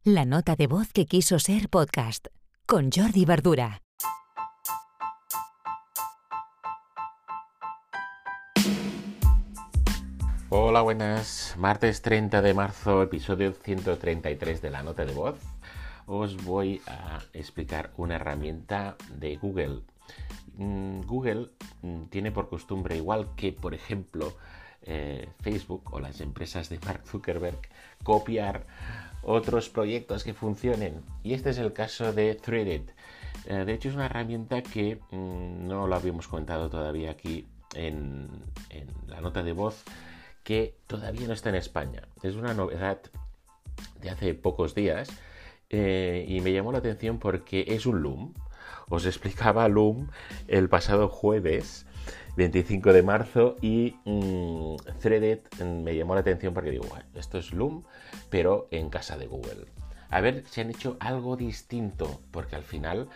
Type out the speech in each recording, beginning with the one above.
La nota de voz que quiso ser podcast, con Jordi Verdura. Hola, buenas. Martes 30 de marzo, episodio 133 de la nota de voz. Os voy a explicar una herramienta de Google. Google tiene por costumbre, igual que, por ejemplo, Facebook o las empresas de Mark Zuckerberg, copiar otros proyectos que funcionen. Y este es el caso de Threaded. De hecho, es una herramienta que no lo habíamos comentado todavía aquí en la nota de voz, que todavía no está en España. Es una novedad de hace pocos días y me llamó la atención porque es un Loom. Os explicaba Loom el pasado jueves 25 de marzo y Threaded me llamó la atención porque digo, bueno, esto es Loom, pero en casa de Google. A ver si han hecho algo distinto, porque al final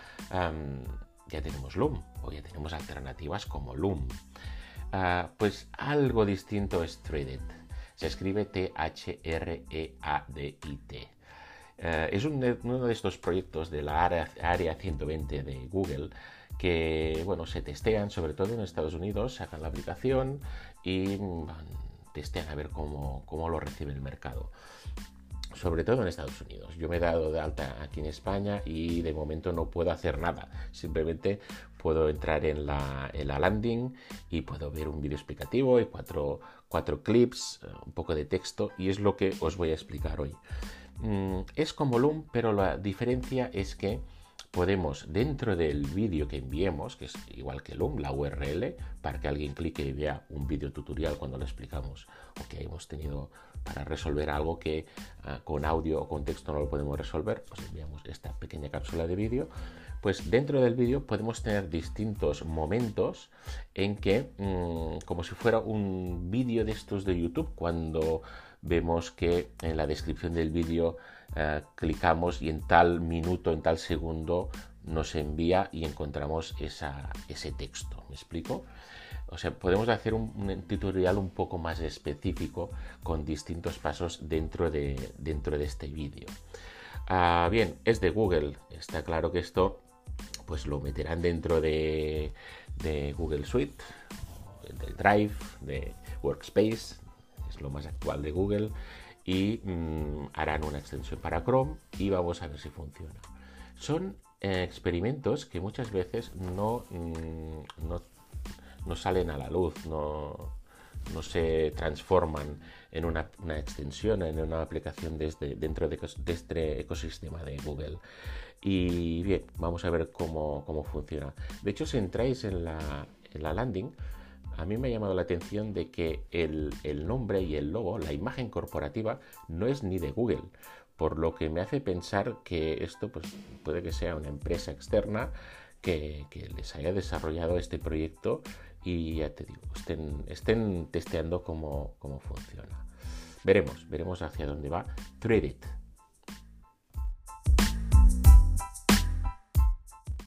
ya tenemos Loom o ya tenemos alternativas como Loom. Pues algo distinto es Threaded. Se escribe T-H-R-E-A-D-I-T. Es uno de estos proyectos de la área 120 de Google que, bueno, se testean, sobre todo en Estados Unidos, sacan la aplicación y testean a ver cómo lo recibe el mercado. Sobre todo en Estados Unidos. Yo me he dado de alta aquí en España y de momento no puedo hacer nada. Simplemente puedo entrar en la landing y puedo ver un vídeo explicativo y cuatro clips, un poco de texto, y es lo que os voy a explicar hoy. Es como Loom, pero la diferencia es que podemos, dentro del vídeo que enviemos, que es igual que Loom, la URL, para que alguien clique y vea un vídeo tutorial cuando lo explicamos, o que hemos tenido para resolver algo que con audio o con texto no lo podemos resolver, pues enviamos esta pequeña cápsula de vídeo. Pues dentro del vídeo podemos tener distintos momentos en que, como si fuera un vídeo de estos de YouTube, cuando vemos que en la descripción del vídeo clicamos y en tal minuto, en tal segundo nos envía y encontramos ese texto. ¿Me explico? O sea, podemos hacer un tutorial un poco más específico con distintos pasos dentro de este vídeo. Bien, es de Google. Está claro que esto pues lo meterán dentro de Google Suite, del Drive, de Workspace, es lo más actual de Google, y harán una extensión para Chrome y vamos a ver si funciona. Son experimentos que muchas veces no salen a la luz, no se transforman en una extensión, en una aplicación dentro de este ecosistema de Google. Y bien, vamos a ver cómo funciona. De hecho, si entráis en la landing, a mí me ha llamado la atención de que el nombre y el logo, la imagen corporativa, no es ni de Google, por lo que me hace pensar que esto pues, puede que sea una empresa externa que les haya desarrollado este proyecto y ya te digo, estén testeando cómo funciona. Veremos hacia dónde va. Threaded,